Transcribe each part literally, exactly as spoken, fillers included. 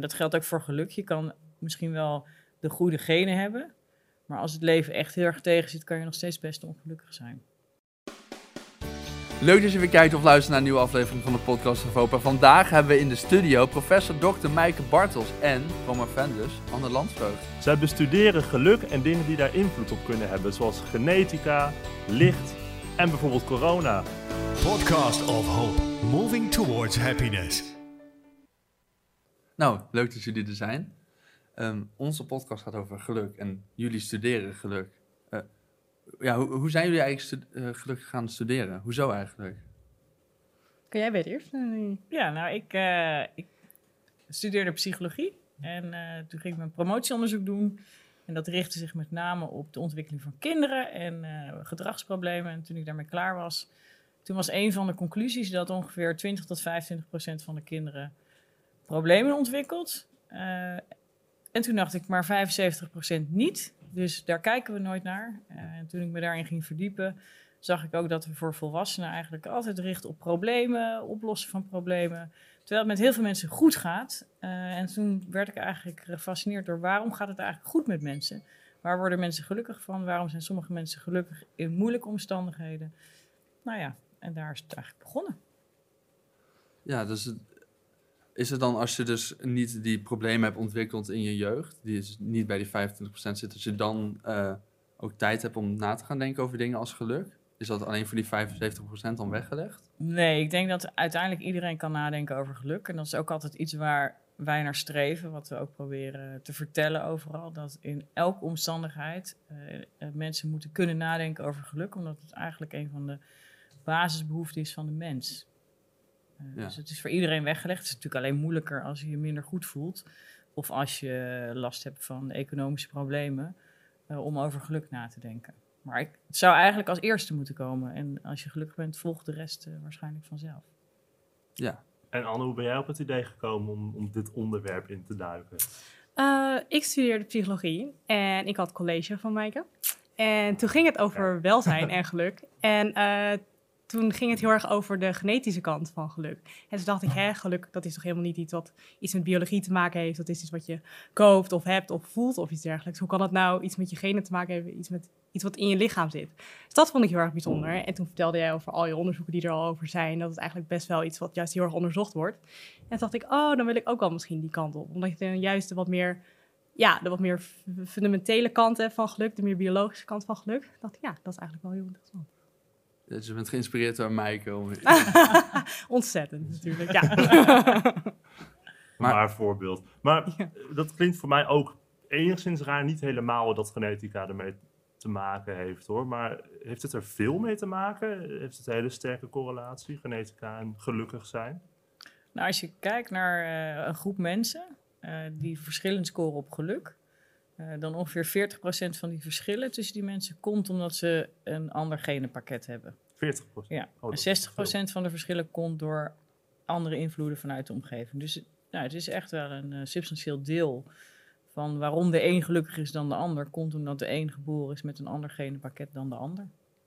dat geldt ook voor geluk. Je kan misschien wel de goede genen hebben, maar als het leven echt heel erg tegen zit, kan je nog steeds best ongelukkig zijn. Leuk dat je weer kijkt of luistert naar een nieuwe aflevering van de podcast van VOPA. Vandaag hebben we in de studio professor dokter Mijke Bartels en promovendus Anne Landsvoogd. Zij bestuderen geluk en dingen die daar invloed op kunnen hebben, zoals genetica, licht en bijvoorbeeld corona. Podcast of Hope, moving towards happiness. Nou, leuk dat jullie er zijn. Um, onze podcast gaat over geluk en jullie studeren geluk. Uh, ja, hoe, hoe zijn jullie eigenlijk stu- uh, gelukkig gaan studeren? Hoezo eigenlijk? Kun jij weer eerst? Ja, nou, ik, uh, ik studeerde psychologie en uh, toen ging ik mijn promotieonderzoek doen. En dat richtte zich met name op de ontwikkeling van kinderen en uh, gedragsproblemen. En toen ik daarmee klaar was, toen was een van de conclusies dat ongeveer twintig tot vijfentwintig procent van de kinderen problemen ontwikkelt. Uh, en toen dacht ik, maar vijfenzeventig procent niet. Dus daar kijken we nooit naar. Uh, en toen ik me daarin ging verdiepen, zag ik ook dat we voor volwassenen eigenlijk altijd richten op problemen, oplossen van problemen. Terwijl het met heel veel mensen goed gaat. Uh, en toen werd ik eigenlijk gefascineerd door waarom gaat het eigenlijk goed met mensen? Waar worden mensen gelukkig van? Waarom zijn sommige mensen gelukkig in moeilijke omstandigheden? Nou ja, en daar is het eigenlijk begonnen. Ja, dus het, is het dan als je dus niet die problemen hebt ontwikkeld in je jeugd, die dus niet bij die vijfentwintig procent zit, dat je dan uh, ook tijd hebt om na te gaan denken over dingen als geluk? Is dat alleen voor die vijfenzeventig procent dan weggelegd? Nee, ik denk dat uiteindelijk iedereen kan nadenken over geluk. En dat is ook altijd iets waar wij naar streven, wat we ook proberen te vertellen overal. Dat in elke omstandigheid uh, mensen moeten kunnen nadenken over geluk, omdat het eigenlijk een van de basisbehoeften is van de mens. Uh, ja. Dus het is voor iedereen weggelegd. Het is natuurlijk alleen moeilijker als je je minder goed voelt of als je last hebt van economische problemen, uh, om over geluk na te denken. Maar ik, het zou eigenlijk als eerste moeten komen. En als je gelukkig bent, volgt de rest uh, waarschijnlijk vanzelf. Ja. En Anne, hoe ben jij op het idee gekomen om, om dit onderwerp in te duiken? Uh, ik studeerde psychologie en ik had college van Mijke. En toen ging het over welzijn en geluk. En uh, toen ging het heel erg over de genetische kant van geluk. En toen dacht ik, hè, geluk, dat is toch helemaal niet iets wat iets met biologie te maken heeft. Dat is iets wat je koopt of hebt of voelt of iets dergelijks. Hoe kan dat nou iets met je genen te maken hebben, iets met iets wat in je lichaam zit? Dus dat vond ik heel erg bijzonder. En toen vertelde jij over al je onderzoeken die er al over zijn, dat het eigenlijk best wel iets wat juist heel erg onderzocht wordt. En toen dacht ik, oh, dan wil ik ook wel misschien die kant op. Omdat je dan juist de wat meer, ja, de wat meer fundamentele kant hebt van geluk, de meer biologische kant van geluk. Ik dacht, ja, dat is eigenlijk wel heel interessant. Dus je bent geïnspireerd door Mijke. Om... Ontzettend, natuurlijk, ja. Maar, maar voorbeeld. Maar ja. Dat klinkt voor mij ook enigszins raar. Niet helemaal dat genetica ermee te maken heeft, hoor. Maar heeft het er veel mee te maken? Heeft het een hele sterke correlatie, genetica en gelukkig zijn? Nou, als je kijkt naar uh, een groep mensen uh, die verschillend scoren op geluk, Uh, dan ongeveer veertig procent van die verschillen tussen die mensen komt omdat ze een ander genenpakket hebben. veertig procent? Ja, oh, en zestig procent van de verschillen komt door andere invloeden vanuit de omgeving. Dus nou, het is echt wel een uh, substantieel deel van waarom de een gelukkiger is dan de ander, komt omdat de een geboren is met een ander genenpakket dan de ander.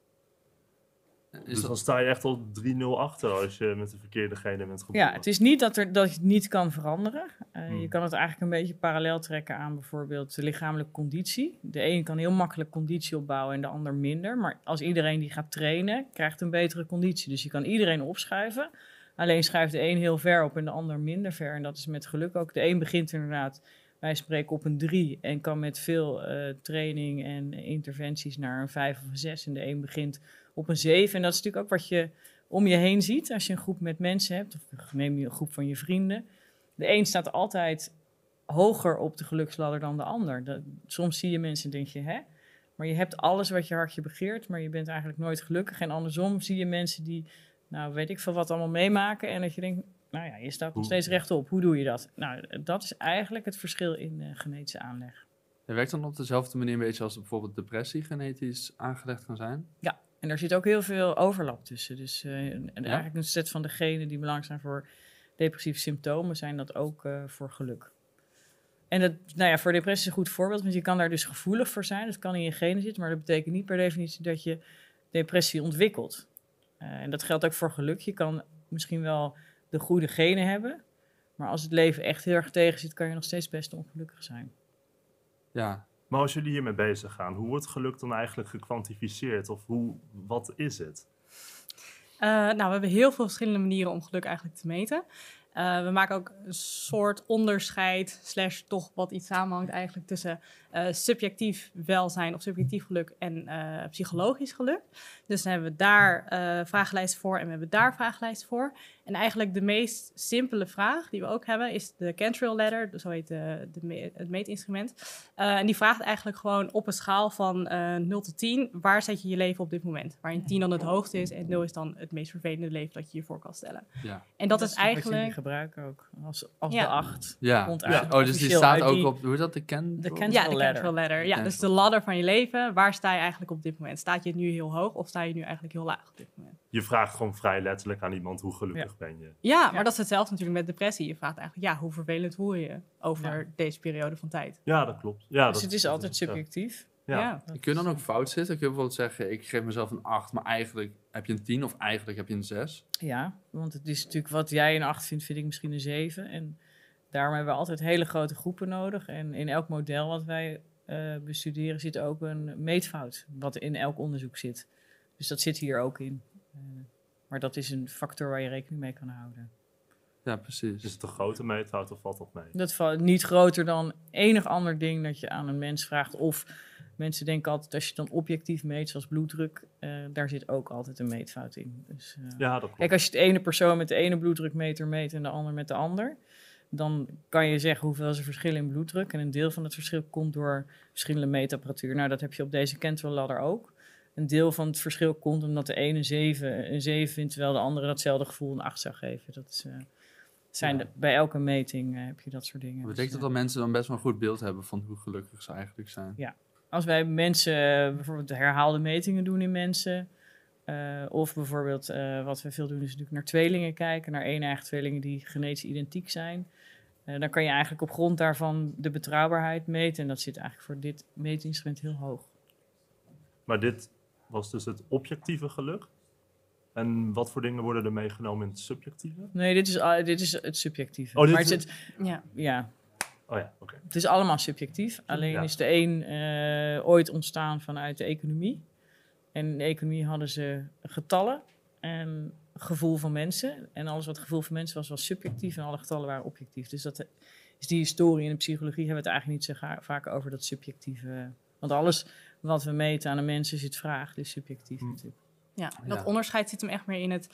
Is dus dat... dan sta je echt al drie nul achter als je met de verkeerde genen bent geboren. Ja, het is niet dat, er, dat je het niet kan veranderen. Uh, hmm. Je kan het eigenlijk een beetje parallel trekken aan bijvoorbeeld de lichamelijke conditie. De een kan heel makkelijk conditie opbouwen en de ander minder. Maar als iedereen die gaat trainen, krijgt een betere conditie. Dus je kan iedereen opschuiven. Alleen schuift de een heel ver op en de ander minder ver. En dat is met geluk ook. De een begint inderdaad, wij spreken op een drie en kan met veel uh, training en interventies naar een vijf of een zes. En de een begint op een zeven. En dat is natuurlijk ook wat je om je heen ziet als je een groep met mensen hebt. Of neem je een groep van je vrienden. De een staat altijd hoger op de geluksladder dan de ander. Dat, soms zie je mensen en denk je, hè? Maar je hebt alles wat je hartje begeert, maar je bent eigenlijk nooit gelukkig. En andersom zie je mensen die, nou weet ik veel wat allemaal meemaken. En dat je denkt, nou ja, je staat nog steeds rechtop. Hoe doe je dat? Nou, dat is eigenlijk het verschil in de genetische aanleg. Je werkt dan op dezelfde manier een beetje als bijvoorbeeld depressie genetisch aangelegd kan zijn? Ja, en daar zit ook heel veel overlap tussen. Dus uh, en ja? eigenlijk een set van de genen die belangrijk zijn voor depressieve symptomen, zijn dat ook uh, voor geluk. En dat, nou ja, voor depressie is een goed voorbeeld, want je kan daar dus gevoelig voor zijn. Dat kan in je genen zitten, maar dat betekent niet per definitie dat je depressie ontwikkelt. Uh, en dat geldt ook voor geluk. Je kan misschien wel de goede genen hebben, Maar als het leven echt heel erg tegen zit, kan je nog steeds best ongelukkig zijn. Ja, Maar als jullie hiermee bezig gaan, hoe wordt geluk dan eigenlijk gekwantificeerd? Of hoe, wat is het? Uh, nou, we hebben heel veel verschillende manieren om geluk eigenlijk te meten. Uh, we maken ook een soort onderscheid, slash toch wat iets samenhangt eigenlijk tussen uh, subjectief welzijn of subjectief geluk en uh, psychologisch geluk. Dus dan hebben we daar uh, vragenlijsten voor en we hebben daar vragenlijsten voor. En eigenlijk de meest simpele vraag die we ook hebben is de Cantrell Ladder, zo heet de, de me- het meetinstrument. Uh, en die vraagt eigenlijk gewoon op een schaal van uh, nul tot tien, waar zet je je leven op dit moment? Waarin tien dan het hoogste is en nul is dan het meest vervelende leven dat je je voor kan stellen. ja. En dat, Dat is is wat eigenlijk... jullie gebruiken ook, als, als Ja. de acht. Ja. Komt ja. eigenlijk Oh, dus die officieel staat uit ook die- op, hoe is dat, de ken? De Ja, Cantrell de Ladder. Cantrell Ladder. Ja, Cantrell. dus de ladder van je leven. Waar sta je eigenlijk op dit moment? Staat je nu heel hoog of sta je nu eigenlijk heel laag op dit moment? Je vraagt gewoon vrij letterlijk aan iemand hoe gelukkig Ja. ben je. Ja, maar Ja. dat is hetzelfde natuurlijk met depressie. Je vraagt eigenlijk, ja, hoe vervelend voel je je over Ja. deze periode van tijd? Ja, dat klopt. Ja, Dus dat, het is dat- altijd ja. subjectief. Ja. Ja. Dat Kun je dan is, ook fout zitten? Kun je bijvoorbeeld zeggen, ik geef mezelf een acht, maar eigenlijk heb je een tien of eigenlijk heb je een zes? Ja, want het is natuurlijk wat jij een acht vindt, vind ik misschien een zeven. En daarom hebben we altijd hele grote groepen nodig. En in elk model wat wij uh, bestuderen zit ook een meetfout, wat in elk onderzoek zit. Dus dat zit hier ook in. Uh, maar dat is een factor waar je rekening mee kan houden. Ja, precies. Is het een grote meetfout of valt dat mee? Dat valt niet groter dan enig ander ding dat je aan een mens vraagt. Of mensen denken altijd, als je het dan objectief meet, zoals bloeddruk, uh, daar zit ook altijd een meetfout in. Dus, uh, Ja, dat klopt. kijk, als je de ene persoon met de ene bloeddrukmeter meet en de ander met de ander, dan kan je zeggen hoeveel is er verschil in bloeddruk. En een deel van het verschil komt door verschillende meetapparatuur. Nou, dat heb je op deze Cantrell Ladder ook. Een deel van het verschil komt omdat de ene een zeven, een zeven vindt, terwijl de andere datzelfde gevoel een acht zou geven. Dat is, uh, zijn Ja. de, bij elke meting uh, heb je dat soort dingen. Dat Dus, betekent dat uh, dat mensen dan best wel een goed beeld hebben van hoe gelukkig ze eigenlijk zijn. als wij mensen uh, bijvoorbeeld herhaalde metingen doen in mensen, uh, of bijvoorbeeld uh, wat we veel doen is natuurlijk naar tweelingen kijken, naar een-eigen tweelingen die genetisch identiek zijn. Uh, dan kan je eigenlijk op grond daarvan de betrouwbaarheid meten. En dat zit eigenlijk voor dit meetinstrument heel hoog. Maar dit was dus het objectieve geluk. En wat voor dingen worden er meegenomen in het subjectieve? Nee, dit is, uh, dit is het subjectieve. Oh, dit maar het, is- zit, Ja. ja, Oh ja, oké. het is allemaal subjectief. Alleen Ja. is de een uh, ooit ontstaan vanuit de economie. En in de economie hadden ze getallen en gevoel van mensen. En alles wat gevoel van mensen was, was subjectief en alle getallen waren objectief. Dus dat is die historie in de psychologie hebben we het eigenlijk niet zo ga- vaak over dat subjectieve. Want alles wat we meten aan de mensen is het vraag, dus subjectief Hm. natuurlijk. Ja, dat Ja. onderscheid zit hem echt meer in het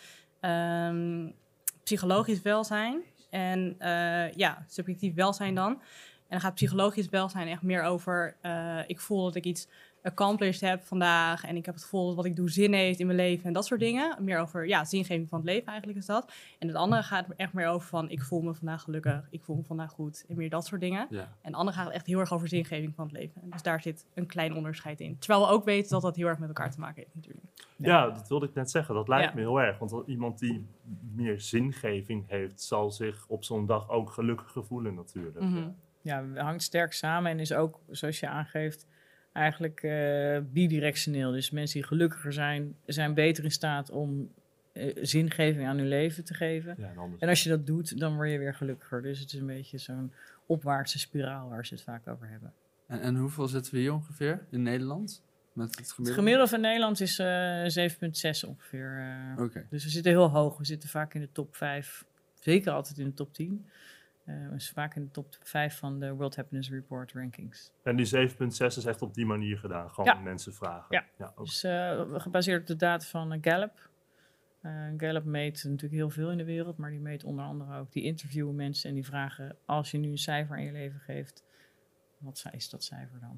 um, psychologisch welzijn. En uh, ja, subjectief welzijn dan. En dan gaat psychologisch welzijn echt meer over, uh, ik voel dat ik iets accomplished heb vandaag en ik heb het gevoel dat wat ik doe zin heeft in mijn leven en dat soort dingen. Meer over, ja, zingeving van het leven eigenlijk is dat. En het andere gaat er echt meer over van, ik voel me vandaag gelukkig, ik voel me vandaag goed en meer dat soort dingen. Ja. En het andere gaat echt heel erg over zingeving van het leven. En dus daar zit een klein onderscheid in. Terwijl we ook weten dat dat heel erg met elkaar te maken heeft natuurlijk. Ja, dat wilde ik net zeggen. Dat lijkt Ja. me heel erg. Want iemand die meer zingeving heeft, zal zich op zo'n dag ook gelukkig voelen natuurlijk. Mm-hmm. Ja, het hangt sterk samen en is ook, zoals je aangeeft, eigenlijk uh, bidirectioneel. Dus mensen die gelukkiger zijn, zijn beter in staat om uh, zingeving aan hun leven te geven. Ja, en anders. En als je dat doet, dan word je weer gelukkiger. Dus het is een beetje zo'n opwaartse spiraal waar ze het vaak over hebben. En, en hoeveel zitten we hier ongeveer in Nederland? Met het Het gemiddelde? gemiddelde van Nederland is uh, zeven komma zes ongeveer. Uh, Oké. Dus we zitten heel hoog. We zitten vaak in de top vijf. Zeker altijd in de top tien. Uh, dus vaak in de top vijf van de World Happiness Report rankings. En die zeven komma zes is echt op die manier gedaan. Gewoon Ja. mensen vragen. Ja. ja ook. Dus uh, gebaseerd op de data van uh, Gallup. Uh, Gallup meet natuurlijk heel veel in de wereld, maar die meet onder andere ook, die interviewen mensen en die vragen, als je nu een cijfer aan je leven geeft, wat is dat cijfer dan?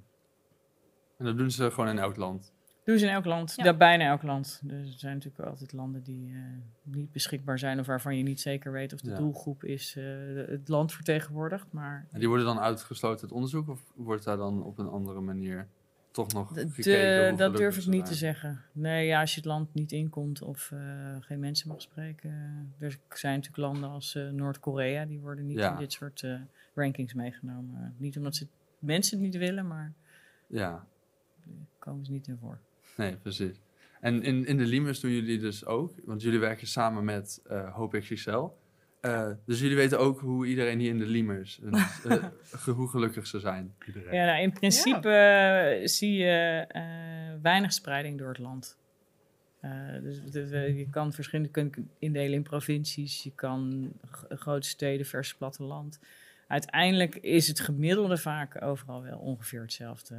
En dat doen ze gewoon in elk land. Doen ze in elk land, Ja. ja, bijna elk land. Dus er zijn natuurlijk altijd landen die uh, niet beschikbaar zijn of waarvan je niet zeker weet of de Ja. doelgroep is uh, het land vertegenwoordigt. Maar En die worden dan uitgesloten uit onderzoek of wordt daar dan op een andere manier toch nog de, gekeken? de, hoe dat durf gelukkig ik ze niet te zijn? zeggen. Nee, ja, als je het land niet inkomt of uh, geen mensen mag spreken. Uh, er zijn natuurlijk landen als uh, Noord-Korea, die worden niet Ja. in dit soort uh, rankings meegenomen. Uh, niet omdat ze mensen het niet willen, maar Ja, daar komen ze niet in voor. nee, precies. En in, in de Limes doen jullie dus ook, want jullie werken samen met uh, Hope X X L. Uh, dus jullie weten ook hoe iedereen hier in de Liemers, uh, uh, hoe gelukkig ze zijn. Iedereen. Ja, nou, in principe ja. uh, zie je uh, weinig spreiding door het land. Uh, dus de, de, je kan verschillende kunt indelen in provincies, je kan g- grote steden versus platteland. Uiteindelijk is het gemiddelde vaak overal wel ongeveer hetzelfde.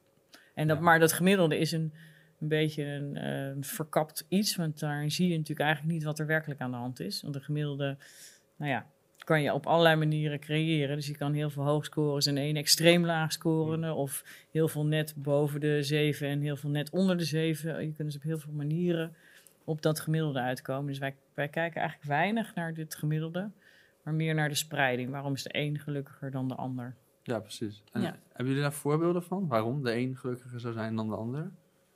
En dat, ja. Maar dat gemiddelde is een, een beetje een, uh, een verkapt iets, want daar zie je natuurlijk eigenlijk niet wat er werkelijk aan de hand is. Want de gemiddelde, nou ja, kan je op allerlei manieren creëren. Dus je kan heel veel hoog scoren en één extreem laag scorende, of heel veel net boven de zeven en heel veel net onder de zeven. Je kunt dus op heel veel manieren op dat gemiddelde uitkomen. Dus wij, wij kijken eigenlijk weinig naar dit gemiddelde, maar meer naar de spreiding. Waarom is de een gelukkiger dan de ander? Ja, precies. En Ja. hebben jullie daar voorbeelden van? Waarom de een gelukkiger zou zijn dan de ander?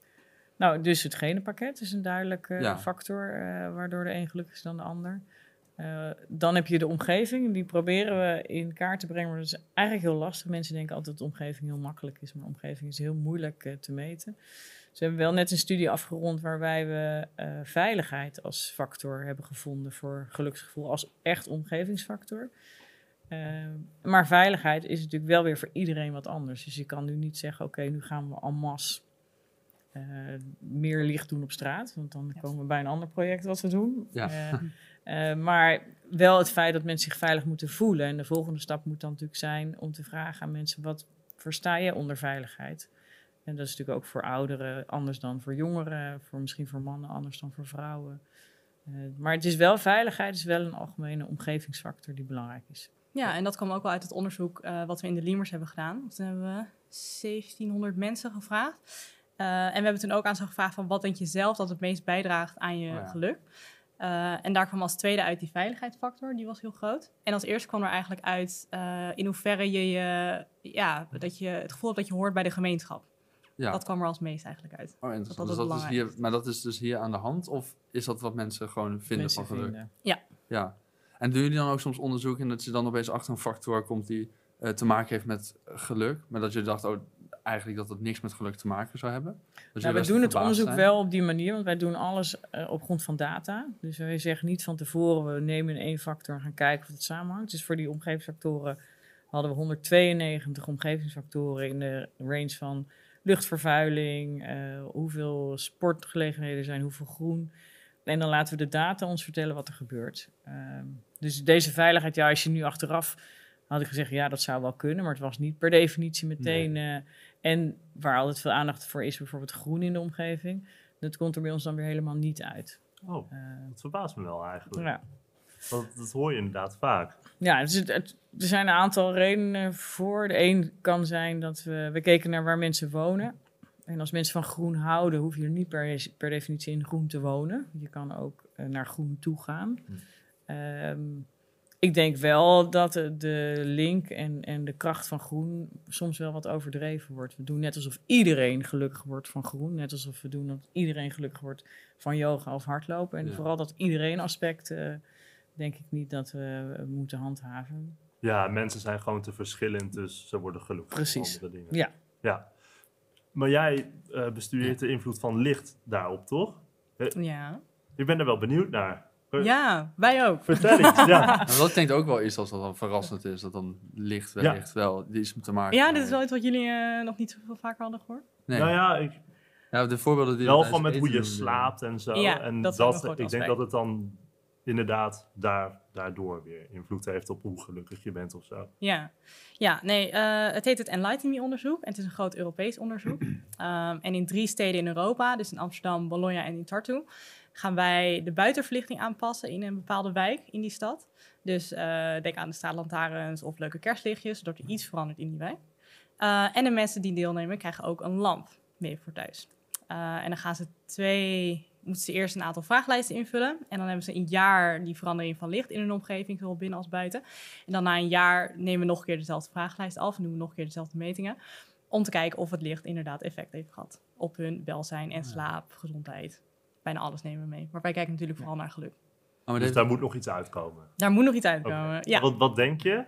Nou, dus het genenpakket is een duidelijke Ja. factor uh, waardoor de een gelukkiger is dan de ander. Uh, dan heb je de omgeving, die proberen we in kaart te brengen, maar dat is eigenlijk heel lastig. Mensen denken altijd dat de omgeving heel makkelijk is, maar de omgeving is heel moeilijk uh, te meten. Dus we hebben wel net een studie afgerond waarbij we uh, veiligheid als factor hebben gevonden voor geluksgevoel, als echt omgevingsfactor. Uh, maar veiligheid is natuurlijk wel weer voor iedereen wat anders. Dus je kan nu niet zeggen, oké, okay, nu gaan we en masse uh, meer licht doen op straat, want dan ja. komen we bij een ander project wat we doen. Ja. Uh, Uh, maar wel het feit dat mensen zich veilig moeten voelen. En de volgende stap moet dan natuurlijk zijn om te vragen aan mensen, wat versta je onder veiligheid? En dat is natuurlijk ook voor ouderen anders dan voor jongeren, voor misschien voor mannen anders dan voor vrouwen. Uh, maar het is wel, veiligheid is wel een algemene omgevingsfactor die belangrijk is. Ja, en dat kwam ook wel uit het onderzoek uh, wat we in de Liemers hebben gedaan. Toen hebben we zeventienhonderd mensen gevraagd. Uh, en we hebben toen ook aan ze gevraagd van wat denk je zelf dat het meest bijdraagt aan je oh ja. geluk? Uh, en daar kwam als tweede uit die veiligheidsfactor, die was heel groot. En als eerste kwam er eigenlijk uit uh, in hoeverre je, je, ja, dat je het gevoel hebt dat je hoort bij de gemeenschap. Ja. Dat kwam er als meest eigenlijk uit. Oh, dat dat dus dat is hier, maar dat is dus hier aan de hand? Of is dat wat mensen gewoon vinden mensen van geluk? Vinden. Ja. ja. En doen jullie dan ook soms onderzoek en dat je dan opeens achter een factor komt die uh, te maken heeft met geluk? Maar dat je dacht, oh, eigenlijk dat het niks met geluk te maken zou hebben? Dus nou, we doen het onderzoek zijn. wel op die manier, want wij doen alles uh, op grond van data. Dus wij zeggen niet van tevoren, we nemen in één factor en gaan kijken of het samenhangt. Dus voor die omgevingsfactoren hadden we honderdtweeënnegentig omgevingsfactoren in de range van luchtvervuiling, uh, hoeveel sportgelegenheden zijn, hoeveel groen. En dan laten we de data ons vertellen wat er gebeurt. Uh, dus deze veiligheid, ja, als je nu achteraf had ik gezegd, ja, dat zou wel kunnen, maar het was niet per definitie meteen. Nee. Uh, en waar altijd veel aandacht voor is, bijvoorbeeld groen in de omgeving, dat komt er bij ons dan weer helemaal niet uit. Oh, uh, dat verbaast me wel eigenlijk. Ja. Dat, dat hoor je inderdaad vaak. Ja, dus het, het, er zijn een aantal redenen voor. De een kan zijn dat we, we keken naar waar mensen wonen. En als mensen van groen houden, hoef je er niet per, per definitie in groen te wonen. Je kan ook uh, naar groen toe gaan. Hm. Um, Ik denk wel dat de link en, en de kracht van groen soms wel wat overdreven wordt. We doen net alsof iedereen gelukkig wordt van groen. Net alsof we doen dat iedereen gelukkig wordt van yoga of hardlopen. En ja. vooral dat iedereen aspect, uh, denk ik niet dat we uh, moeten handhaven. Ja, mensen zijn gewoon te verschillend, dus ze worden gelukkig Precies. van andere dingen. Ja. ja. Maar jij uh, bestudeert de invloed van licht daarop, toch? Ja. Ik ben er wel benieuwd naar. Ja, wij ook. Vertel iets, ja. Maar dat klinkt ook wel iets als dat dan verrassend is, dat dan licht wellicht ja. wel iets te maken. Ja, dit is wel iets wat jullie uh, nog niet zoveel vaker hadden gehoord. Nee. Nou ja, ik... Ja, de voorbeelden die wel gewoon met hoe je slaapt en zo. Ja, en dat dat, is een ik denk dat het dan inderdaad daar, daardoor weer invloed heeft op hoe gelukkig je bent of zo. Ja, ja nee, uh, het heet het Enlighten Me-onderzoek en het is een groot Europees onderzoek. um, en in drie steden in Europa, dus in Amsterdam, Bologna en in Tartu, gaan wij de buitenverlichting aanpassen in een bepaalde wijk in die stad. Dus uh, denk aan de straatlantaarns of leuke kerstlichtjes, zodat er iets verandert in die wijk. Uh, en de mensen die deelnemen krijgen ook een lamp mee voor thuis. Uh, en dan gaan ze twee... moeten ze eerst een aantal vragenlijsten invullen. En dan hebben ze een jaar die verandering van licht in hun omgeving, zowel binnen als buiten. En dan na een jaar nemen we nog een keer dezelfde vragenlijst af en doen we nog een keer dezelfde metingen. Om te kijken of het licht inderdaad effect heeft gehad op hun welzijn en slaap, gezondheid. Bijna alles nemen we mee. Maar wij kijken natuurlijk vooral naar geluk. Oh, dus dit... daar moet nog iets uitkomen? Daar moet nog iets uitkomen, okay. ja. Wat, wat denk je?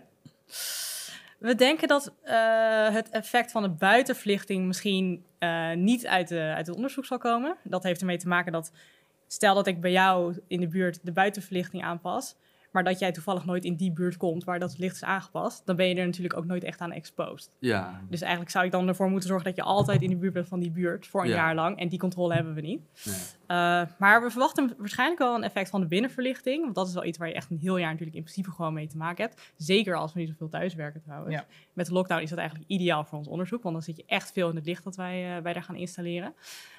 We denken dat uh, het effect van de buitenverlichting misschien uh, niet uit, de, uit het onderzoek zal komen. Dat heeft ermee te maken dat, stel dat ik bij jou in de buurt de buitenverlichting aanpas, maar dat jij toevallig nooit in die buurt komt waar dat licht is aangepast, dan ben je er natuurlijk ook nooit echt aan exposed. Ja. Dus eigenlijk zou ik dan ervoor moeten zorgen dat je altijd in de buurt bent van die buurt voor een Ja. jaar lang. En die controle hebben we niet. Nee. Uh, maar we verwachten waarschijnlijk wel een effect van de binnenverlichting. Want dat is wel iets waar je echt een heel jaar natuurlijk in principe gewoon mee te maken hebt. Zeker als we niet zoveel thuiswerken trouwens. Ja. Met de lockdown is dat eigenlijk ideaal voor ons onderzoek. Want dan zit je echt veel in het licht dat wij, uh, wij daar gaan installeren.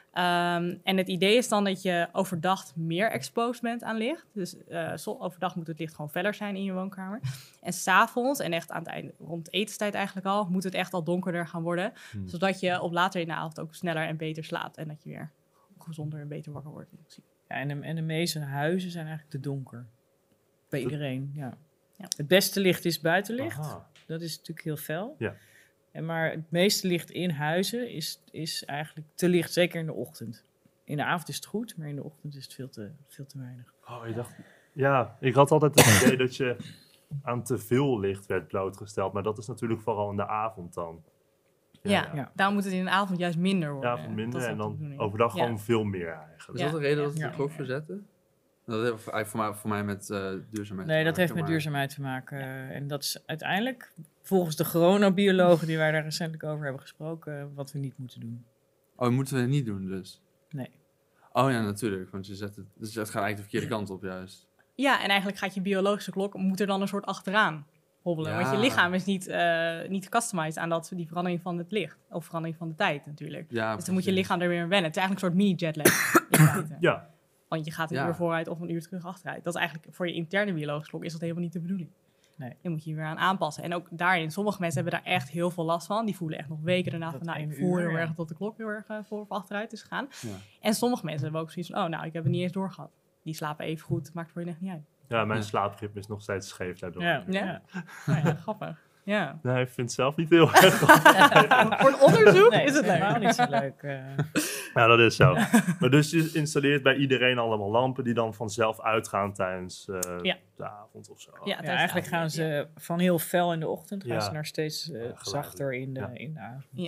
Um, en het idee is dan dat je overdag meer exposed bent aan licht. Dus uh, zo, overdag moet het licht gewoon feller zijn in je woonkamer. En 's avonds, en echt aan het einde, rond etenstijd eigenlijk al, moet het echt al donkerder gaan worden. Hmm. Zodat je op later in de avond ook sneller en beter slaapt. En dat je weer gezonder en beter wakker wordt. Ja, en, de, en de meeste huizen zijn eigenlijk te donker. Bij iedereen, ja. ja. Het beste licht is buitenlicht. Aha. Dat is natuurlijk heel fel. Ja. En maar het meeste licht in huizen is, is eigenlijk te licht, zeker in de ochtend. In de avond is het goed, maar in de ochtend is het veel te, veel te weinig. Oh, je dacht... Ja, ik had altijd het idee dat je aan te veel licht werd blootgesteld. Maar dat is natuurlijk vooral in de avond dan. Ja, ja. ja. daarom moet het in de avond juist minder worden. Ja, minder en dan overdag ja. gewoon veel meer eigenlijk. Is dat de reden dat we de klok verzetten? Dat heeft eigenlijk voor mij, voor mij met uh, duurzaamheid Nee, dat heeft met maar... duurzaamheid te maken. Ja. En dat is uiteindelijk, volgens de coronabiologen die wij daar recentelijk over hebben gesproken, wat we niet moeten doen. Oh, moeten we het niet doen dus? Nee. Oh ja, natuurlijk. Want je zet het, dus het gaat eigenlijk de verkeerde kant op juist. Ja, en eigenlijk gaat je biologische klok, moet er dan een soort achteraan hobbelen. Ja. Want je lichaam is niet, uh, niet gecustomized aan dat, die verandering van het licht. Of verandering van de tijd natuurlijk. Ja, dus dan precies. moet je lichaam er weer wennen. Het is eigenlijk een soort mini-jetlag in feite. Ja. Want je gaat een ja. uur vooruit of een uur terug achteruit. Dat is eigenlijk voor je interne biologische klok is dat helemaal niet de bedoeling. Nee. Dan moet je je weer aan aanpassen. En ook daarin, sommige mensen hebben daar echt heel veel last van. Die voelen echt nog weken daarna van, nou, ik voel heel erg dat de klok heel erg uh, voor of achteruit is gegaan. Ja. En sommige mensen hebben ook zoiets van, oh, nou, ik heb het niet eens doorgehad. Die slapen even goed, maakt voor je echt niet uit. Ja, mijn ja. slaapritme is nog steeds scheef daardoor. Ja, ja. ja. Nou ja, grappig. Ja. Nee, ik vind het zelf niet heel erg grappig. Voor een onderzoek nee, is het helemaal niet zo leuk. Uh. Ja, dat is zo. Maar dus je installeert bij iedereen allemaal lampen die dan vanzelf uitgaan tijdens uh, ja. de avond of zo. Ja, ja eigenlijk gaan ze ja. van heel fel in de ochtend gaan ja. ze naar steeds uh, ja, zachter in de, ja. in de avond. Ja.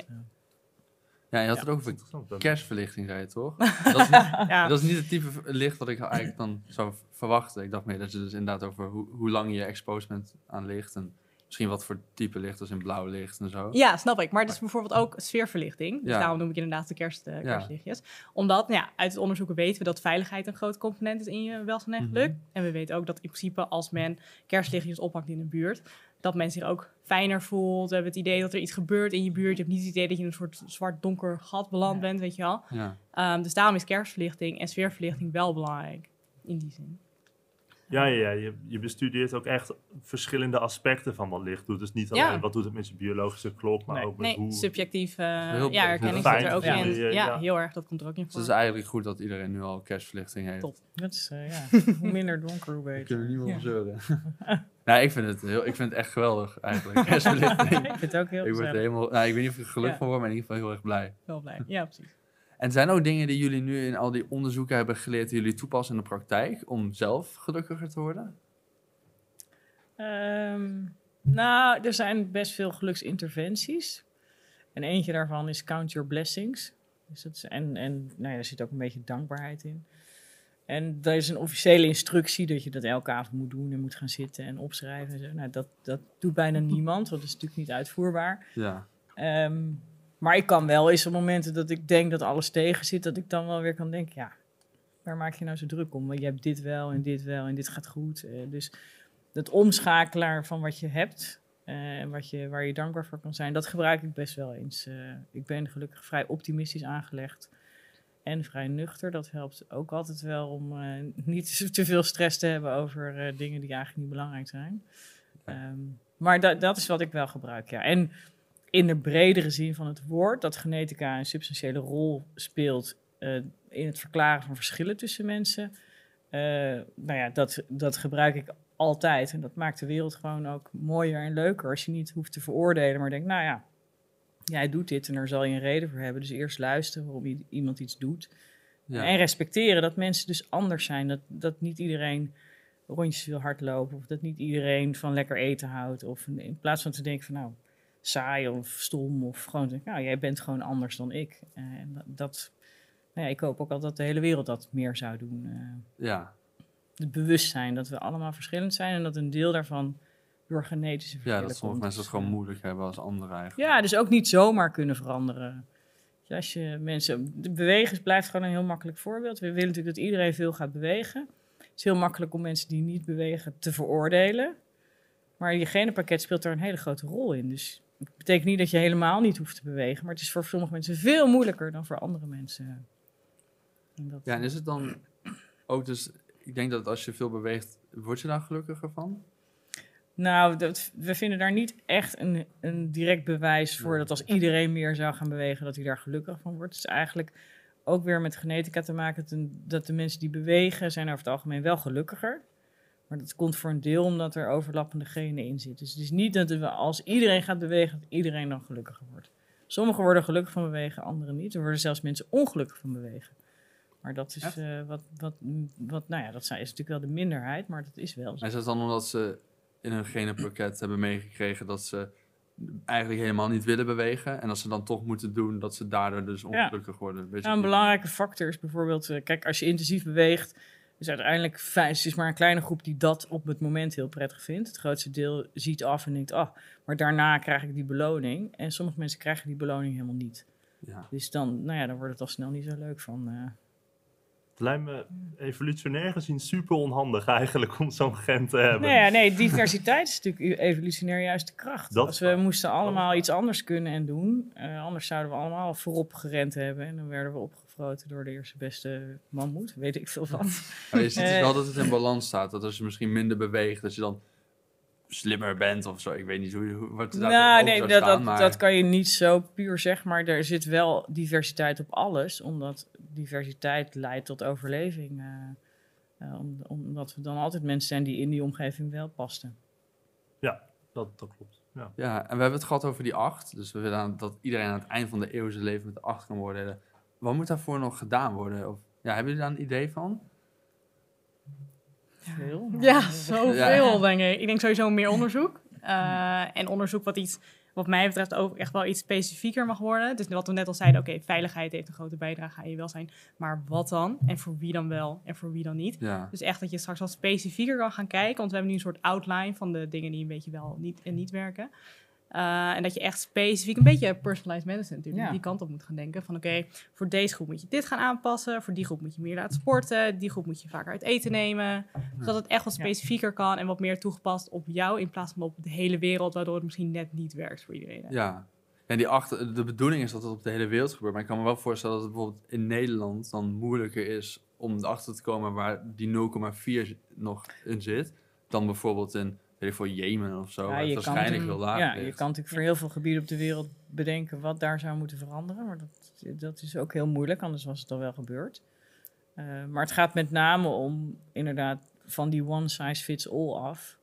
Ja, je had het ja, ook over kerstverlichting, zei je toch? Dat is, niet, ja. dat is niet het type licht wat ik eigenlijk dan zou verwachten. Ik dacht meer dat je dus inderdaad over hoe, hoe lang je exposed bent aan licht en misschien wat voor type licht, als in blauw licht en zo. Ja, snap ik. Maar het is bijvoorbeeld ook sfeerverlichting. Dus ja. daarom noem ik inderdaad de kerst, uh, kerstlichtjes. Ja. Omdat, ja, uit het onderzoeken weten we dat veiligheid een groot component is in je welzijn en geluk. Mm-hmm. En we weten ook dat in principe als men kerstlichtjes ophangt in de buurt, dat men zich ook fijner voelt. We hebben het idee dat er iets gebeurt in je buurt. Je hebt niet het idee dat je in een soort zwart donker gat beland ja. bent, weet je wel. Ja. Um, dus daarom is kerstverlichting en sfeerverlichting wel belangrijk. In die zin. Ja, ja, ja. Je, je bestudeert ook echt verschillende aspecten van wat licht doet. Dus niet alleen ja. wat doet het met je biologische klok, maar nee. ook met nee, hoe... subjectief uh, ja, herkenning zit er ook ja. in. Ja, ja, heel erg. Dat komt er ook in voor. Dus het is eigenlijk goed dat iedereen nu al kerstverlichting heeft. Top. Dat is, uh, ja, hoe minder donker, hoe beter. Kunnen we niet meer zeuren. Ja, ik vind, het heel, ik vind het echt geweldig eigenlijk, kerstverlichting. Ik vind het ook heel ik word helemaal, nou, ik weet niet of ik er gelukkig ja. van word, maar in ieder geval heel erg blij. Wel blij, ja precies. En zijn er ook dingen die jullie nu in al die onderzoeken hebben geleerd, die jullie toepassen in de praktijk, om zelf gelukkiger te worden? Um, nou, er zijn best veel geluksinterventies. En eentje daarvan is Count Your Blessings. Dus dat is, en en nou ja, er zit ook een beetje dankbaarheid in. En dat is een officiële instructie dat je dat elke avond moet doen en moet gaan zitten en opschrijven. En zo. Nou, dat, dat doet bijna niemand, want dat is natuurlijk niet uitvoerbaar. Ja. Um, maar ik kan wel eens op momenten dat ik denk dat alles tegen zit, dat ik dan wel weer kan denken, ja, waar maak je nou zo druk om? Want je hebt dit wel en dit wel en dit gaat goed. Uh, dus het omschakelen van wat je hebt en uh, wat je, waar je dankbaar voor kan zijn, dat gebruik ik best wel eens. Uh, ik ben gelukkig vrij optimistisch aangelegd en vrij nuchter. Dat helpt ook altijd wel om uh, niet te veel stress te hebben over uh, dingen die eigenlijk niet belangrijk zijn. Um, maar da- dat is wat ik wel gebruik, ja. En in de bredere zin van het woord, dat genetica een substantiële rol speelt uh, in het verklaren van verschillen tussen mensen. Uh, nou ja, dat, dat gebruik ik altijd. En dat maakt de wereld gewoon ook mooier en leuker. Als je niet hoeft te veroordelen, maar denkt, nou ja, jij doet dit en daar zal je een reden voor hebben. Dus eerst luisteren waarom iemand iets doet. Ja. En respecteren dat mensen dus anders zijn. Dat, dat niet iedereen rondjes wil hardlopen. Of dat niet iedereen van lekker eten houdt. Of in plaats van te denken van, nou, saai of stom. Of gewoon denken, nou, jij bent gewoon anders dan ik. En dat, dat nou ja, ik hoop ook al dat de hele wereld dat meer zou doen. Ja. het bewustzijn dat we allemaal verschillend zijn en dat een deel daarvan door genetische verschillen Ja, dat sommige komt. mensen het gewoon moeilijk hebben als anderen eigenlijk. Ja, dus ook niet zomaar kunnen veranderen. Dus als je mensen... De bewegen blijft gewoon een heel makkelijk voorbeeld. We willen natuurlijk dat iedereen veel gaat bewegen. Het is heel makkelijk om mensen die niet bewegen te veroordelen. Maar je genenpakket speelt daar een hele grote rol in. Dus het betekent niet dat je helemaal niet hoeft te bewegen. Maar het is voor sommige mensen veel moeilijker dan voor andere mensen. En dat, Ja, en is het dan ook dus... Ik denk dat als je veel beweegt, word je daar gelukkiger van? Nou, dat, we vinden daar niet echt een, een direct bewijs voor... Nee. dat als iedereen meer zou gaan bewegen, dat hij daar gelukkig van wordt. Het is eigenlijk ook weer met genetica te maken... dat, een, dat de mensen die bewegen, zijn over het algemeen wel gelukkiger. Maar dat komt voor een deel omdat er overlappende genen in zitten. Dus het is niet dat we, als iedereen gaat bewegen, dat iedereen dan gelukkiger wordt. Sommigen worden gelukkig van bewegen, anderen niet. Er worden zelfs mensen ongelukkig van bewegen. Maar dat is uh, wat, wat, wat, nou ja, dat is natuurlijk wel de minderheid, maar dat is wel zo. En is dat dan omdat ze in hun genenpakket hebben meegekregen dat ze eigenlijk helemaal niet willen bewegen. En als ze dan toch moeten doen, dat ze daardoor dus ongelukkig worden. Weet je nou, een belangrijke factor is bijvoorbeeld, uh, kijk, als je intensief beweegt, is uiteindelijk fijn. Het is maar een kleine groep die dat op het moment heel prettig vindt. Het grootste deel ziet af en denkt, ah, oh, maar daarna krijg ik die beloning. En sommige mensen krijgen die beloning helemaal niet. Ja. Dus dan, nou ja, dan wordt het al snel niet zo leuk van... Uh, Het lijkt me evolutionair gezien super onhandig eigenlijk om zo'n gen te hebben. Nee, nee, diversiteit is natuurlijk evolutionair juist de kracht. Dat Als we moesten allemaal iets anders kunnen en doen, uh, anders zouden we allemaal voorop gerend hebben. En dan werden we opgefroten door de eerste beste mammoet, weet ik veel wat. Maar je ziet dus wel dat het in balans staat. Dat als je misschien minder beweegt, dat je dan slimmer bent of zo. Ik weet niet hoe, hoe wat er daar nou, nee, zou dat, staan, dat, maar... dat kan je niet zo puur zeggen, maar er zit wel diversiteit op alles, omdat diversiteit leidt tot overleving. Uh, uh, om, omdat we dan altijd mensen zijn die in die omgeving wel pasten. Ja, dat, dat klopt. Ja. ja, en we hebben het gehad over die acht. Dus we willen aan, dat iedereen aan het eind van de eeuw zijn leven met de acht kan worden. Wat moet daarvoor nog gedaan worden? Of, ja, hebben jullie daar een idee van? Veel. Ja, zoveel Ja. denk ik. Ik denk sowieso meer onderzoek. Uh, en onderzoek wat iets, wat mij betreft ook echt wel iets specifieker mag worden. Dus wat we net al zeiden, oké, okay, veiligheid heeft een grote bijdrage aan je welzijn. Maar wat dan? En voor wie dan wel? En voor wie dan niet? Ja. Dus echt dat je straks wat specifieker kan gaan kijken. Want we hebben nu een soort outline van de dingen die een beetje wel niet en niet werken. Uh, en dat je echt specifiek, een beetje personalized medicine natuurlijk, Ja. die kant op moet gaan denken. Van oké, okay, voor deze groep moet je dit gaan aanpassen. Voor die groep moet je meer laten sporten. Die groep moet je vaker uit eten nemen. Zodat het echt wat specifieker kan en wat meer toegepast op jou in plaats van op de hele wereld. Waardoor het misschien net niet werkt voor iedereen. Ja. En die acht, de bedoeling is dat het op de hele wereld gebeurt. Maar ik kan me wel voorstellen dat het bijvoorbeeld in Nederland dan moeilijker is om erachter te komen waar die nul komma vier nog in zit. Dan bijvoorbeeld in... voor Jemen of zo, Ja, waar het je waarschijnlijk kan, heel laag ja, ligt. je kan natuurlijk voor heel veel gebieden op de wereld bedenken wat daar zou moeten veranderen. Maar dat, dat is ook heel moeilijk, anders was het al wel gebeurd. Uh, maar het gaat met name om inderdaad van die one size fits all af.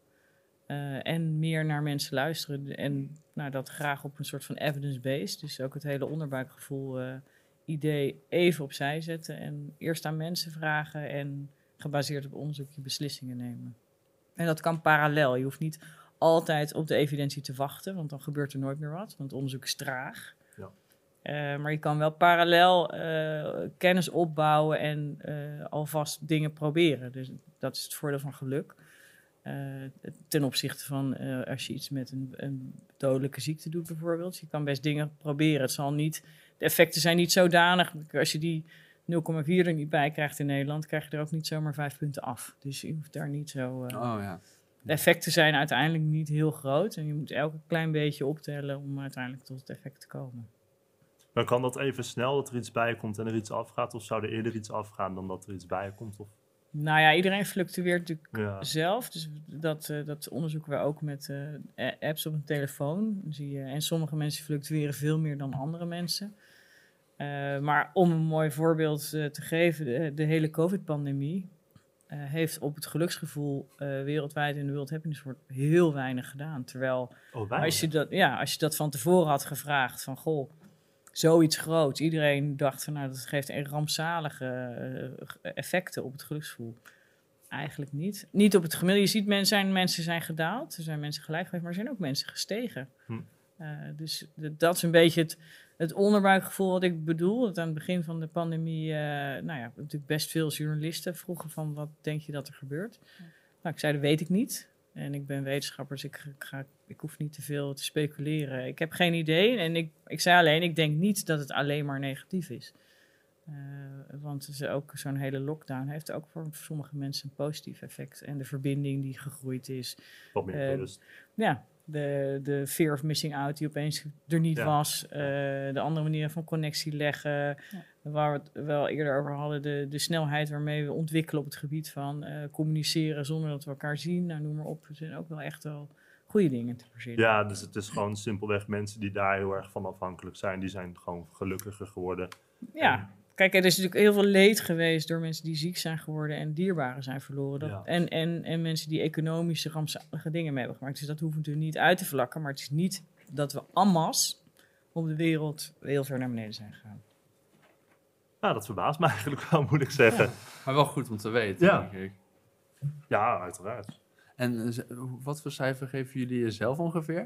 Uh, en meer naar mensen luisteren. En nou, dat graag op een soort van evidence-based. Dus ook het hele onderbuikgevoel uh, idee even opzij zetten. En eerst aan mensen vragen en gebaseerd op onderzoek je beslissingen nemen. En dat kan parallel. Je hoeft niet altijd op de evidentie te wachten, want dan gebeurt er nooit meer wat, want het onderzoek is traag. Ja. Uh, maar je kan wel parallel uh, kennis opbouwen en uh, alvast dingen proberen. Dus dat is het voordeel van geluk. Uh, ten opzichte van uh, als je iets met een, een dodelijke ziekte doet bijvoorbeeld. Je kan best dingen proberen. Het zal niet, de effecten zijn niet zodanig. Als je die nul komma vier er niet bij krijgt in Nederland, krijg je er ook niet zomaar vijf punten af. Dus je hoeft daar niet zo... Uh, oh, ja. De effecten zijn uiteindelijk niet heel groot. En je moet elke klein beetje optellen om uiteindelijk tot het effect te komen. Maar kan dat even snel, dat er iets bij komt en er iets afgaat? Of zou er eerder iets afgaan dan dat er iets bij komt? Of? Nou ja, iedereen fluctueert natuurlijk Ja. zelf. Dus dat, uh, dat onderzoeken we ook met uh, apps op een telefoon. Dan zie je, en sommige mensen fluctueren veel meer dan andere mensen. Uh, maar om een mooi voorbeeld uh, te geven, de, de hele COVID-pandemie uh, heeft op het geluksgevoel uh, wereldwijd in de World Happiness Report heel weinig gedaan. Terwijl Oh, als je, dat, ja, als je dat van tevoren had gevraagd van goh, zoiets groots. Iedereen dacht van nou dat geeft een rampzalige uh, effecten op het geluksgevoel. Eigenlijk niet. Niet op het gemiddelde. Je ziet mensen zijn, mensen zijn gedaald, er zijn mensen gelijk geweest, maar er zijn ook mensen gestegen. Hm. Uh, dus de, dat is een beetje het... het onderbuikgevoel wat ik bedoel. Dat aan het begin van de pandemie, uh, nou ja, natuurlijk best veel journalisten vroegen van wat denk je dat er gebeurt. Ja. Nou, ik zei dat weet ik niet. En ik ben wetenschapper, dus ik, ga, ik hoef niet te veel te speculeren. Ik heb geen idee en ik, ik zei alleen, ik denk niet dat het alleen maar negatief is. Uh, want dus ook zo'n hele lockdown heeft ook voor sommige mensen een positief effect. En de verbinding die gegroeid is. Wat meer bewust. Uh, ja, de, de fear of missing out die opeens er niet ja. was. Uh, de andere manieren van connectie leggen. Ja. Waar we het wel eerder over hadden. De, de snelheid waarmee we ontwikkelen op het gebied van uh, communiceren zonder dat we elkaar zien. Nou, noem maar op. Er zijn ook wel echt wel goede dingen te verzinnen. Ja, dus het is gewoon simpelweg mensen die daar heel erg van afhankelijk zijn. Die zijn gewoon gelukkiger geworden. Ja. En kijk, er is natuurlijk heel veel leed geweest door mensen die ziek zijn geworden en dierbaren zijn verloren. Dat, ja. en, en, en mensen die economische rampzalige dingen mee hebben gemaakt. Dus dat hoeft natuurlijk niet uit te vlakken. Maar het is niet dat we en masse op de wereld heel ver naar beneden zijn gegaan. Nou, dat verbaast me eigenlijk wel, moet ik zeggen. Ja, maar wel goed om te weten, ja. denk ik. Ja, uiteraard. En wat voor cijfer geven jullie jezelf ongeveer?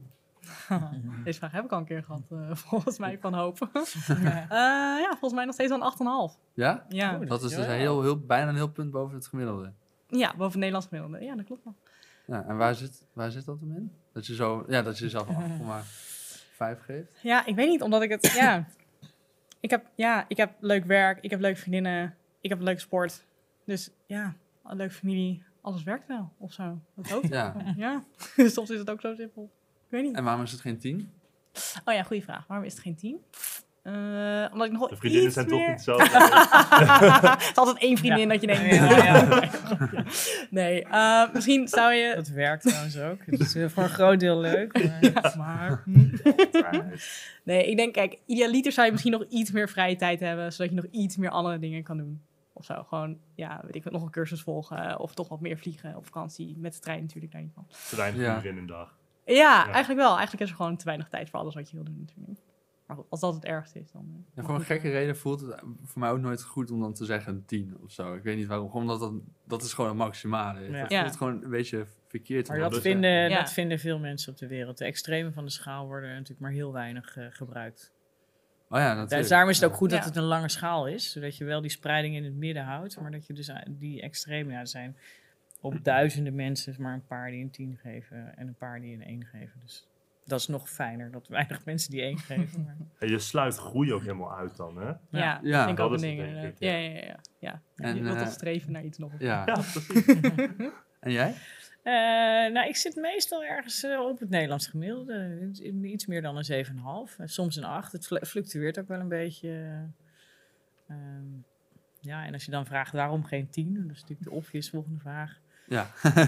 Deze vraag heb ik al een keer gehad, uh, volgens mij, van Hoop. uh, ja, volgens mij nog steeds wel een acht komma vijf. Ja? Ja. Oh, dat is dus een heel, heel, bijna een heel punt boven het gemiddelde. Ja, boven het Nederlands gemiddelde. Ja, dat klopt wel. Ja, en waar zit, waar zit dat hem in? Dat je, zo, ja, dat je jezelf een acht komma vijf geeft? Ja, ik weet niet, omdat ik het... ja, ik heb, ja, ik heb leuk werk, ik heb leuke vriendinnen, ik heb een leuke sport. Dus ja, een leuke familie, alles werkt wel, of zo. Dat hoop ik. Ja. Ja, soms is het ook zo simpel. Ik weet niet. En waarom is het geen tien? Oh ja, goede vraag. Waarom is het geen tien? Uh, omdat ik nog de vriendinnen iets zijn meer... toch niet zo. Het is altijd één vriendin ja. dat je denkt... Ja, ja. Nee, uh, misschien zou je... Dat werkt trouwens ook. Het is uh, voor een groot deel leuk. Maar... Ja, maar... Nee, ik denk, kijk, idealiter zou je misschien nog iets meer vrije tijd hebben... zodat je nog iets meer andere dingen kan doen. Of zo, gewoon, ja, weet ik nog een cursus volgen... of toch wat meer vliegen op vakantie. Met de trein natuurlijk daar niet van. Trein ja. in een dag. Ja, ja, eigenlijk wel. Eigenlijk is er gewoon te weinig tijd voor alles wat je wil doen natuurlijk. Maar goed, als dat het ergste is, dan... Ja, voor een gekke reden voelt het voor mij ook nooit goed om dan te zeggen tien of zo. Ik weet niet waarom. Gewoon omdat dat, dat is gewoon een maximale. Ja. Dat ja. voelt gewoon een beetje verkeerd. Maar dat vinden, ja. dat vinden veel mensen op de wereld. De extremen van de schaal worden natuurlijk maar heel weinig uh, gebruikt. Oh ja, natuurlijk. Dus daarom is het ook goed ja. dat het een lange schaal is. Zodat je wel die spreiding in het midden houdt. Maar dat je dus die extremen, ja, zijn op duizenden mensen maar een paar die een tien geven. En een paar die een één geven. Dus... dat is nog fijner, dat weinig mensen die één geven. Maar... En je sluit groei ook helemaal uit dan, hè? Ja, ja. ja denk ik ook een ding. Denk ik, ja, ja, ja. ja. ja. En, je wilt uh, toch streven naar iets nog. Ja, ja precies. En jij? Uh, nou, ik zit meestal ergens uh, op het Nederlands gemiddelde. Iets meer dan een zeven komma vijf. Uh, soms een acht. Het fluctueert ook wel een beetje. Uh, um, ja, en als je dan vraagt waarom geen tien? Dat is natuurlijk de obvious volgende vraag. Ja.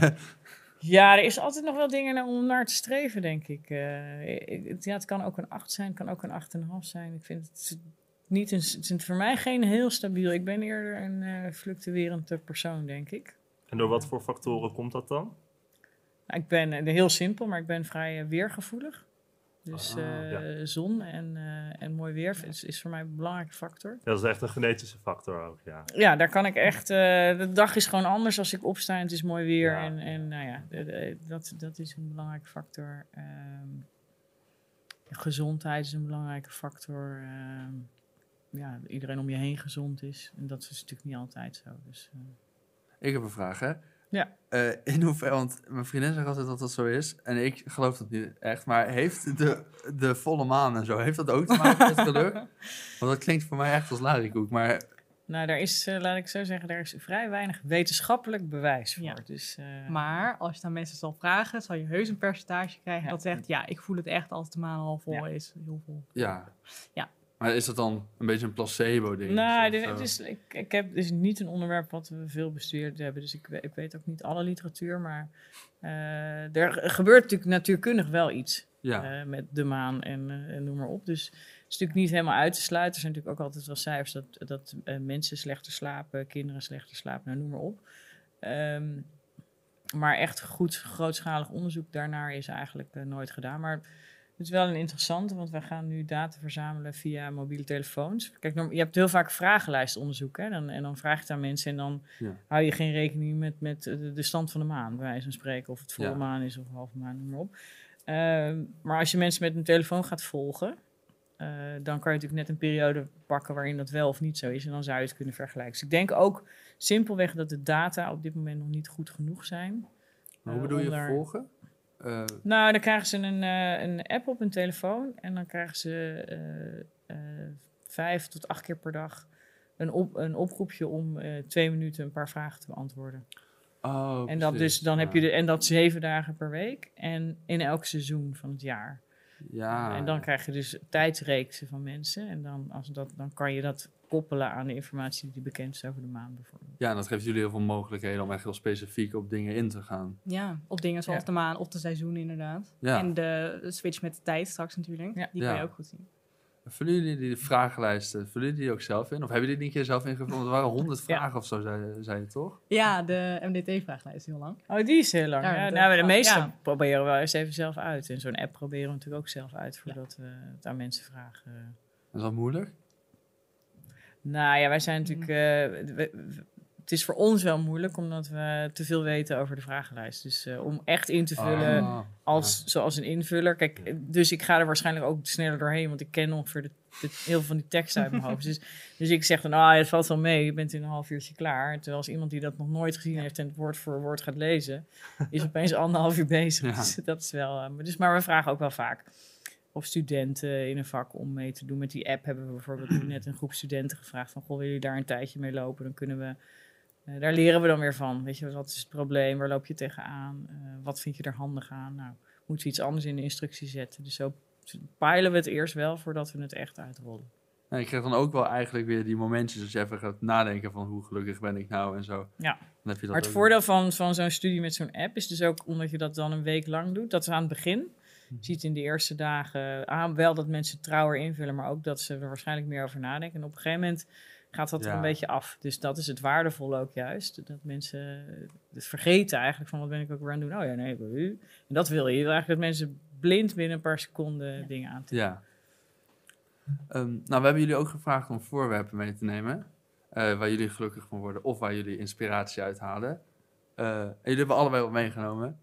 Ja, er is altijd nog wel dingen om naar te streven, denk ik. Uh, ja, het kan ook een acht zijn, het kan ook een acht komma vijf zijn. Ik vind het niet een, het is voor mij geen heel stabiel. Ik ben eerder een uh, fluctuerende persoon, denk ik. En door wat voor factoren komt dat dan? Nou, ik ben uh, heel simpel, maar ik ben vrij uh, weergevoelig. Dus uh, ah, ja. zon en, uh, en mooi weer is, is voor mij een belangrijke factor. Ja, dat is echt een genetische factor ook, ja. Ja, daar kan ik echt... Uh, de dag is gewoon anders als ik opsta en het is mooi weer. Ja. En, en nou ja, de, de, dat, dat is een belangrijke factor. Um, gezondheid is een belangrijke factor. Um, ja, iedereen om je heen gezond is. En dat is natuurlijk niet altijd zo. Dus, uh. Ik heb een vraag, hè? Ja. Uh, in hoeverre, want mijn vriendin zegt altijd dat dat zo is. En ik geloof dat niet echt. Maar heeft de, de volle maan en zo, heeft dat ook te maken met geluk? Want dat klinkt voor mij echt als larikoek, maar... Nou, daar is, uh, laat ik zo zeggen, daar is vrij weinig wetenschappelijk bewijs voor. Ja. Dus, uh... Maar als je het aan mensen zal vragen, zal je heus een percentage krijgen ja. dat zegt... ja, ik voel het echt als de maan al vol ja. is. Heel vol. Ja. Ja. Maar is dat dan een beetje een placebo-ding? Nou, dit, het is, ik, ik heb, het is niet een onderwerp wat we veel bestudeerd hebben. Dus ik, ik weet ook niet alle literatuur. Maar uh, er gebeurt natuurlijk natuurkundig wel iets. Ja. Uh, met de maan en, uh, en noem maar op. Dus het is natuurlijk niet helemaal uit te sluiten. Er zijn natuurlijk ook altijd wel cijfers dat, dat uh, mensen slechter slapen, kinderen slechter slapen, nou, noem maar op. Um, maar echt goed grootschalig onderzoek daarnaar is eigenlijk uh, nooit gedaan. Maar het is wel een interessante, want wij gaan nu data verzamelen via mobiele telefoons. Kijk, je hebt heel vaak vragenlijstonderzoek, hè? Dan, en dan vraag je het aan mensen en dan ja. hou je geen rekening met, met de, de stand van de maan, bij wijze van spreken. Of het volle ja. maan is of halve maan, noem maar op. Uh, maar als je mensen met een telefoon gaat volgen, Uh, dan kan je natuurlijk net een periode pakken waarin dat wel of niet zo is. En dan zou je het kunnen vergelijken. Dus ik denk ook simpelweg dat de data op dit moment nog niet goed genoeg zijn. Maar hoe bedoel je onder... volgen? Uh... Nou, dan krijgen ze een, uh, een app op hun telefoon. En dan krijgen ze uh, uh, vijf tot acht keer per dag een, op, een oproepje om uh, twee minuten een paar vragen te beantwoorden. Oh, en dat dus, dan ja. heb je de, en dat zeven dagen per week. En in elk seizoen van het jaar. Ja. En dan krijg je dus tijdsreeksen van mensen. En dan, als dat, dan kan je dat koppelen aan de informatie die bekend is over de maan bijvoorbeeld. Ja, en dat geeft jullie heel veel mogelijkheden om echt heel specifiek op dingen in te gaan. Ja, op dingen zoals ja. de maan of de seizoen inderdaad. Ja. En de, de switch met de tijd straks natuurlijk. Ja. Die kan ja. je ook goed zien. Vullen jullie die vragenlijsten, vullen jullie die ook zelf in? Of hebben jullie die een keer zelf ingevuld? Want er waren honderd vragen ja. of zo, zei, zei je toch? Ja, de M D T-vragenlijst is heel lang. Oh, die is heel lang. Ja, ja, de, nou, de meeste ja. proberen we wel eens even zelf uit. En zo'n app proberen we natuurlijk ook zelf uit, voordat ja. we het aan mensen vragen. Is dat moeilijk? Nou ja, wij zijn natuurlijk... Uh, we, we, het is voor ons wel moeilijk, omdat we te veel weten over de vragenlijst. Dus uh, om echt in te vullen oh, als, ja. zoals een invuller. Kijk, dus ik ga er waarschijnlijk ook sneller doorheen, want ik ken ongeveer de, de, heel veel van die teksten uit mijn hoofd. Dus, dus ik zeg dan, ah, het valt wel mee, je bent in een half uurtje klaar. Terwijl als iemand die dat nog nooit gezien heeft en het woord voor woord gaat lezen, is opeens anderhalf uur bezig. Ja. Dus dat is wel... Uh, dus, maar we vragen ook wel vaak of studenten in een vak om mee te doen. Met die app hebben we bijvoorbeeld nu net een groep studenten gevraagd van, goh, willen jullie daar een tijdje mee lopen? Dan kunnen we... Uh, daar leren we dan weer van. Weet je, wat is het probleem? Waar loop je tegenaan? Uh, wat vind je er handig aan? Nou, moeten we iets anders in de instructie zetten? Dus zo peilen we het eerst wel voordat we het echt uitrollen. Ja, je krijgt dan ook wel eigenlijk weer die momentjes als je even gaat nadenken van hoe gelukkig ben ik nou en zo. Ja, dan heb je dat maar het voordeel van, van zo'n studie met zo'n app is dus ook, omdat je dat dan een week lang doet, dat is aan het begin. Je ziet in de eerste dagen aan wel dat mensen trouwer invullen, maar ook dat ze er waarschijnlijk meer over nadenken. En op een gegeven moment gaat dat ja. er een beetje af. Dus dat is het waardevolle ook juist. Dat mensen het vergeten eigenlijk van wat ben ik ook weer aan het doen. Oh ja, nee, u. En dat wil je. Je wil eigenlijk dat mensen blind binnen een paar seconden ja. dingen aan te doen. Ja. Um, nou, we hebben jullie ook gevraagd om voorwerpen mee te nemen. Uh, waar jullie gelukkig van worden of waar jullie inspiratie uit halen. Uh, en jullie hebben allebei wat meegenomen.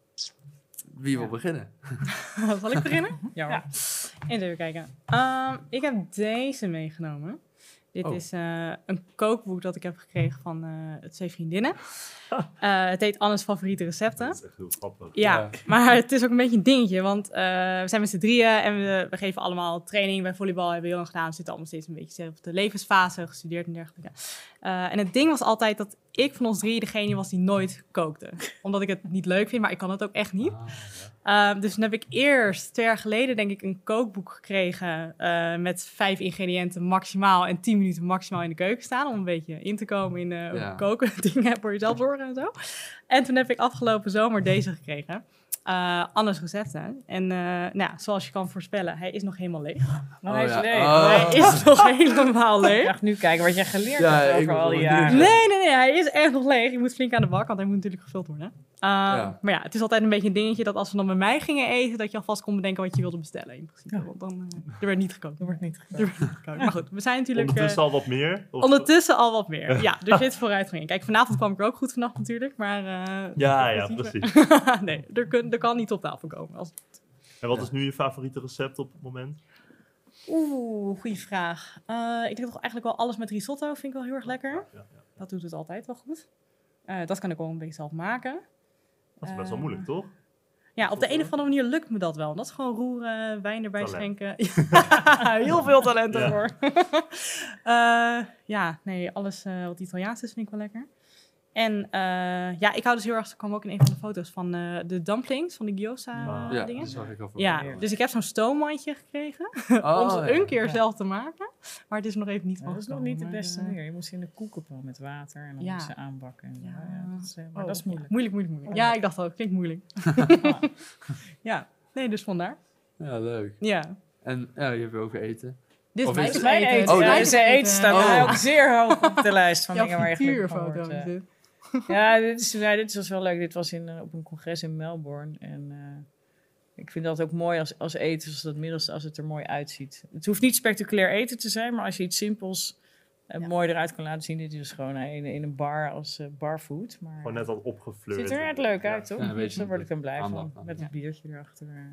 Wie wil ja. beginnen? Zal ik beginnen? Ja. ja. Even kijken. Um, ik heb deze meegenomen. Dit oh. is uh, een kookboek dat ik heb gekregen van uh, twee vriendinnen. Uh, het heet Anne's favoriete recepten. Dat is echt heel grappig. Ja, ja, maar het is ook een beetje een dingetje. Want uh, we zijn met z'n drieën en we, we geven allemaal training bij volleybal. Hebben we heel lang gedaan. We zitten allemaal steeds een beetje op de levensfase, gestudeerd en dergelijke. Uh, en het ding was altijd dat ik van ons drie degene was die nooit kookte. Omdat ik het niet leuk vind, maar ik kan het ook echt niet. Ah, ja. uh, dus toen heb ik eerst, twee jaar geleden, denk ik, een kookboek gekregen uh, met vijf ingrediënten maximaal en tien minuten maximaal in de keuken staan. Om een beetje in te komen in uh, ja. koken, dingen voor jezelf zorgen en zo. En toen heb ik afgelopen zomer deze gekregen. Uh, Anne's recepten. En uh, nou ja, zoals je kan voorspellen, hij is nog helemaal leeg. Oh, hij is ja. leeg. Oh. Hij is nog helemaal leeg. Ik ga nu kijken wat jij geleerd ja, hebt over al die jaren. Nee, nee, nee. Hij is echt nog leeg. Je moet flink aan de bak, want hij moet natuurlijk gevuld worden. Uh, ja. Maar ja, het is altijd een beetje een dingetje dat als we dan bij mij gingen eten, dat je alvast kon bedenken wat je wilde bestellen. In principe. Ja. Want dan, uh, er werd niet gekookt. Er wordt niet gekookt. Er werd niet gekookt. Maar goed, we zijn natuurlijk... Ondertussen uh, al wat meer? Of... Ondertussen al wat meer. Ja, er zit vooruitgang in. Kijk, vanavond kwam ik er ook goed vannacht natuurlijk, maar... Uh, ja, ja, precies. nee, er, kun, er kan niet op tafel komen. Als... En wat is nu je favoriete recept op het moment? Oeh, goede vraag. Uh, ik denk toch eigenlijk wel alles met risotto vind ik wel heel erg lekker. Ja, ja, ja. Dat doet het altijd wel goed. Uh, dat kan ik wel een beetje zelf maken. Dat is best wel moeilijk, toch? Ja, op de een of andere manier lukt me dat wel. Dat is gewoon roeren, wijn erbij talent. Schenken. Heel veel talent ervoor. Ja. uh, ja, nee, alles uh, wat Italiaans is vind ik wel lekker. En uh, ja, ik hou dus heel erg, er kwam ook in een van de foto's van uh, de dumplings, van de gyoza wow. uh, dingen. Ja, zag ik al voor ja, dus ik heb zo'n stoommandje gekregen oh, om ze ja. een keer ja. zelf te maken. Maar het is nog even niet van. Ja, dat is nog niet de beste manier. Je moest in de koekenpan met water en dan ja. ze aanbakken. En ja. Ja, dat is, uh, maar oh, dat is moeilijk. Moeilijk, moeilijk, moeilijk. Ja, ik dacht al, het klinkt moeilijk. ja, nee, dus vandaar. Ja, leuk. Ja. En ja, je hebt ook weer eten. Dit of is is mijn eten. eten. Oh, ja, deze eten staat bij mij ook zeer hoog op de lijst van ja, dingen waar je gelukkig van wordt. Uh. Ja, dit, is, ja, dit was wel leuk. Dit was in, uh, op een congres in Melbourne. En uh, ik vind dat ook mooi als, als eten, als, dat middelste, als het er mooi uitziet. Het hoeft niet spectaculair eten te zijn, maar als je iets simpels uh, ja. mooi eruit kan laten zien. Dit is dus gewoon uh, in, in een bar als uh, barfood. Maar, gewoon net al opgefleurd. Ziet er net leuk uit, toch? Ja, dus daar word ik dan blij van. dan. Met ja. een biertje erachter.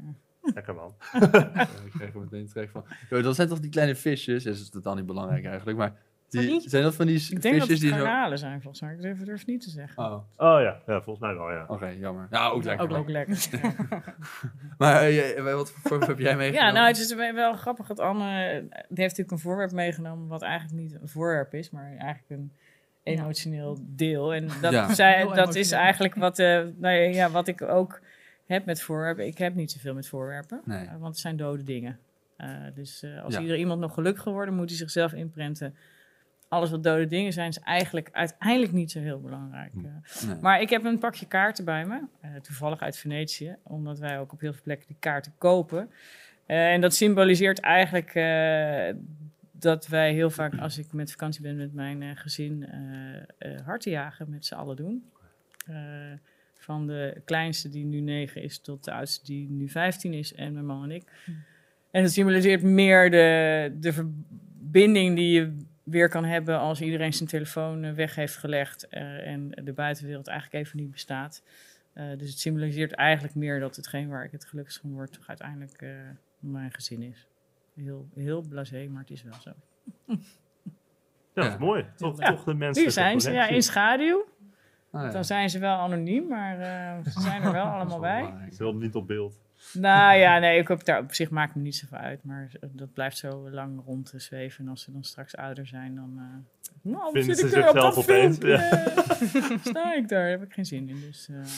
Lekker man. Ja, ik krijg er meteen trek van. Yo, dat zijn toch die kleine visjes? Dat is totaal niet belangrijk eigenlijk, maar die, Sardientjes? zijn dat van die Ik denk dat visjes het die zo... garnalen zijn, volgens mij. Ik durf, durf niet te zeggen. Oh, Oh ja, ja volgens mij wel, ja. oké, jammer. Ja, ook lekker. Ook, man. ook lekker. Maar uh, jij- wat voor voorwerp heb jij meegenomen? Ja, nou, het is wel grappig dat Anne... Die heeft natuurlijk een voorwerp meegenomen... wat eigenlijk niet een voorwerp is... maar eigenlijk een emotioneel deel. En dat, Ja. zij, Heel dat is emotioneel. eigenlijk wat, uh, nou ja, ja, wat ik ook heb met voorwerpen. Ik heb niet zoveel met voorwerpen. Nee. Uh, want het zijn dode dingen. Uh, dus uh, als Ja. ieder iemand nog gelukkig geworden... moet hij zichzelf inprenten... Alles wat dode dingen zijn, is eigenlijk uiteindelijk niet zo heel belangrijk. Uh, Nee. Maar ik heb een pakje kaarten bij me, uh, toevallig uit Venetië, omdat wij ook op heel veel plekken die kaarten kopen. Uh, en dat symboliseert eigenlijk uh, dat wij heel vaak, als ik met vakantie ben met mijn uh, gezin, uh, uh, hartenjagen met z'n allen doen. Uh, van de kleinste die nu negen is tot de oudste die nu vijftien is en mijn man en ik. En dat symboliseert meer de, de verbinding die je weer kan hebben als iedereen zijn telefoon weg heeft gelegd uh, en de buitenwereld eigenlijk even niet bestaat. Uh, dus het symboliseert eigenlijk meer dat hetgeen waar ik het gelukkigst van word toch uiteindelijk uh, mijn gezin is. Heel, heel blasé, maar het is wel zo. Ja, dat is Ja. mooi. Toch, Ja. toch de mensen. Nu zijn ze ja, in schaduw. Ah, ja. Dan zijn ze wel anoniem, maar uh, ze zijn er wel allemaal bij. Ze wilden niet op beeld. Nou ja, nee, ik heb daar op zich maakt me niet zoveel uit, maar dat blijft zo lang rond te zweven. En als ze dan straks ouder zijn, dan uh, nou, Vinden zit ze ik er op zichzelf dat opeens, filmpje. Ja. Sta ik daar, daar heb ik geen zin in. Dus, uh,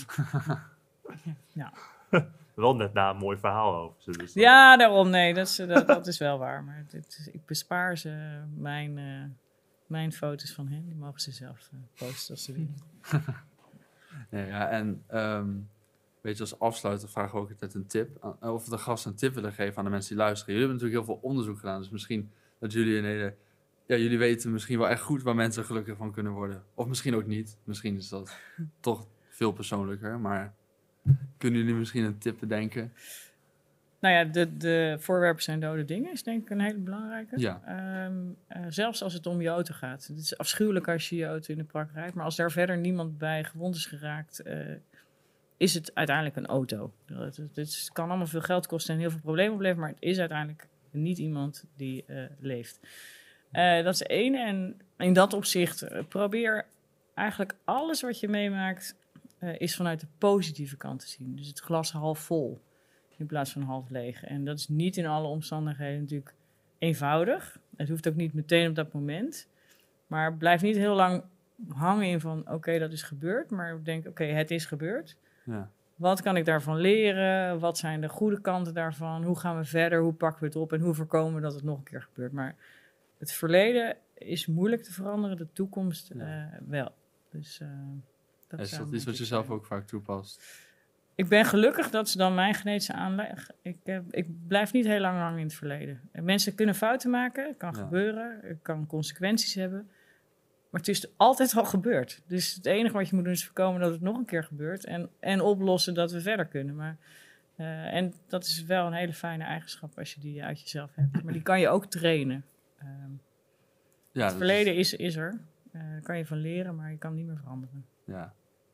ja. Wel net na een mooi verhaal over ze. Dus ja, daarom, nee, dat is, dat, dat is wel waar. Maar dit is, ik bespaar ze mijn, uh, mijn foto's van hen. Die mogen ze zelf uh, posten als ze willen. Ja, ja, en um, weet je, als afsluiter vragen we ook altijd een tip. Uh, of de gasten een tip willen geven aan de mensen die luisteren. Jullie hebben natuurlijk heel veel onderzoek gedaan. Dus misschien dat jullie een hele... Ja, jullie weten misschien wel echt goed waar mensen gelukkig van kunnen worden. Of misschien ook niet. Misschien is dat toch veel persoonlijker. Maar kunnen jullie misschien een tip bedenken? Nou ja, de, de voorwerpen zijn dode dingen is denk ik een hele belangrijke. Ja. Um, uh, zelfs als het om je auto gaat. Het is afschuwelijk als je je auto in de prak rijdt. Maar als daar verder niemand bij gewond is geraakt, uh, is het uiteindelijk een auto. Het, het, het kan allemaal veel geld kosten en heel veel problemen opleveren. Maar het is uiteindelijk niet iemand die uh, leeft. Uh, dat is één. En in dat opzicht uh, probeer eigenlijk alles wat je meemaakt uh, is vanuit de positieve kant te zien. Dus het glas half vol in plaats van half leeg. En dat is niet in alle omstandigheden natuurlijk eenvoudig. Het hoeft ook niet meteen op dat moment. Maar blijf niet heel lang hangen in van oké, okay, dat is gebeurd. Maar denk oké, okay, het is gebeurd. Ja. Wat kan ik daarvan leren? Wat zijn de goede kanten daarvan? Hoe gaan we verder? Hoe pakken we het op? En hoe voorkomen we dat het nog een keer gebeurt? Maar het verleden is moeilijk te veranderen. De toekomst uh, wel. Dus, uh, dat is dat iets wat je zelf ook vaak toepast? Ik ben gelukkig dat ze dan mijn genetische aanleg... Ik, uh, ik blijf niet heel lang hangen in het verleden. En mensen kunnen fouten maken. Het kan ja. gebeuren. Het kan consequenties hebben. Maar het is altijd al gebeurd. Dus het enige wat je moet doen is voorkomen dat het nog een keer gebeurt. En, en oplossen dat we verder kunnen. Maar, uh, en dat is wel een hele fijne eigenschap als je die uit jezelf hebt. Maar die kan je ook trainen. Um, ja, het verleden is, is er. Uh, daar kan je van leren, maar je kan niet meer veranderen. Ja.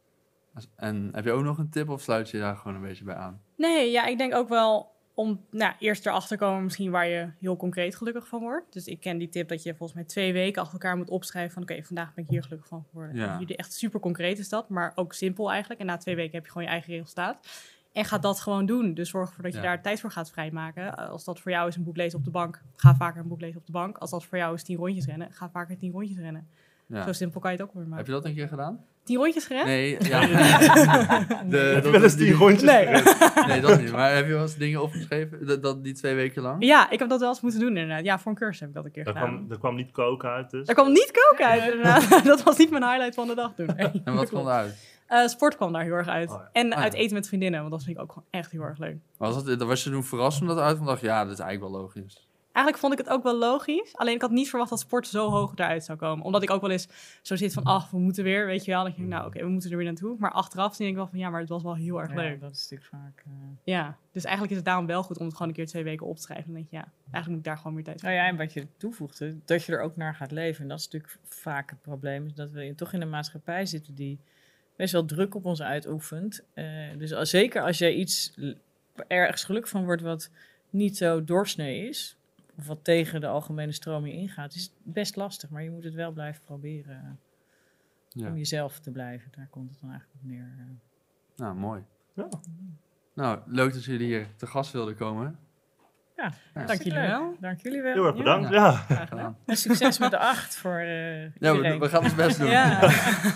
En heb je ook nog een tip of sluit je daar gewoon een beetje bij aan? Nee, ja, ik denk ook wel om nou, eerst erachter te komen misschien waar je heel concreet gelukkig van wordt. Dus ik ken die tip dat je volgens mij twee weken achter elkaar moet opschrijven van oké, okay, vandaag ben ik hier gelukkig van geworden. Ja. Hier echt super concreet is dat, maar ook simpel eigenlijk. En na twee weken heb je gewoon je eigen resultaat. En ga dat gewoon doen. Dus zorg ervoor dat je ja. daar tijd voor gaat vrijmaken. Als dat voor jou is een boek lezen op de bank, ga vaker een boek lezen op de bank. Als dat voor jou is tien rondjes rennen, ga vaker tien rondjes rennen. Ja. Zo simpel kan je het ook weer maken. Heb je dat een keer gedaan? Tien rondjes gerend? Nee, ja. de, heb je wel eens tien rondjes nee. gerend? Nee, dat niet. Maar heb je wel eens dingen opgeschreven? Dat, dat die twee weken lang? Ja, ik heb dat wel eens moeten doen inderdaad. Ja, voor een cursus heb ik dat een keer er gedaan. Kwam, er kwam niet koken uit dus? Er kwam niet koken uit inderdaad. Dat was niet mijn highlight van de dag toen. Nee, en wat kwam eruit? Uh, sport kwam daar heel erg uit. Oh, ja. En ah, uit ja. eten met vriendinnen, want dat vind ik ook gewoon echt heel erg leuk. Was, dat, was je toen verrast omdat het uit? Want dacht ja, dat is eigenlijk wel logisch. Eigenlijk vond ik het ook wel logisch. Alleen ik had niet verwacht dat sport zo hoog eruit zou komen. Omdat ik ook wel eens zo zit van, ach, we moeten weer, weet je wel. Dan denk ik, nou oké, okay, we moeten er weer naartoe. Maar achteraf denk ik wel van, ja, maar het was wel heel erg ja, leuk. dat is natuurlijk vaak... Uh... Ja, dus eigenlijk is het daarom wel goed om het gewoon een keer twee weken op te schrijven. Dan denk je, ja, eigenlijk moet ik daar gewoon meer tijd voor. Nou ja, en wat je toevoegde, dat je er ook naar gaat leven. En dat is natuurlijk vaak het probleem. Is dat we toch in een maatschappij zitten die best wel druk op ons uitoefent. Uh, dus als, zeker als jij iets ergens geluk van wordt wat niet zo doorsnee is, of wat tegen de algemene stroming ingaat, is het best lastig, maar je moet het wel blijven proberen Ja. om jezelf te blijven. Daar komt het dan eigenlijk op neer. uh. Nou, mooi. Ja. Nou, leuk dat jullie hier te gast wilden komen. Ja, Ja. Dank jullie leuk. wel. Dank jullie wel. Heel erg Ja. bedankt. Ja. Ja. Graag gedaan. En succes met de acht voor uh, Ja, we, iedereen. we gaan ons best doen. Ja.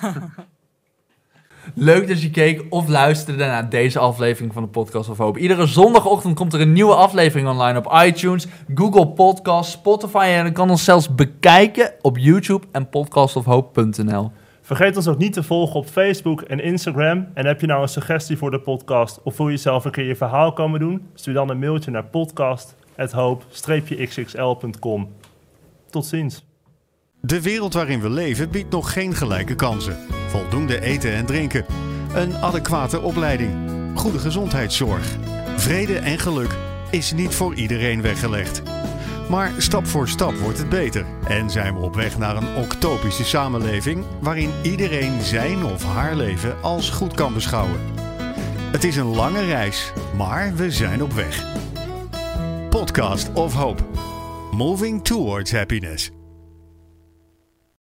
Leuk dat je keek of luisterde naar deze aflevering van de Podcast of Hope. Iedere zondagochtend komt er een nieuwe aflevering online op iTunes, Google Podcasts, Spotify en je kan ons zelfs bekijken op YouTube en podcast of hope punt n l. Vergeet ons ook niet te volgen op Facebook en Instagram. En heb je nou een suggestie voor de podcast of wil je zelf een keer je verhaal komen doen? Stuur dan een mailtje naar podcast at hope x x l punt com. Tot ziens. De wereld waarin we leven biedt nog geen gelijke kansen. Voldoende eten en drinken. Een adequate opleiding. Goede gezondheidszorg. Vrede en geluk is niet voor iedereen weggelegd. Maar stap voor stap wordt het beter. En zijn we op weg naar een octopische samenleving waarin iedereen zijn of haar leven als goed kan beschouwen. Het is een lange reis, maar we zijn op weg. Podcast of Hope. Moving towards happiness.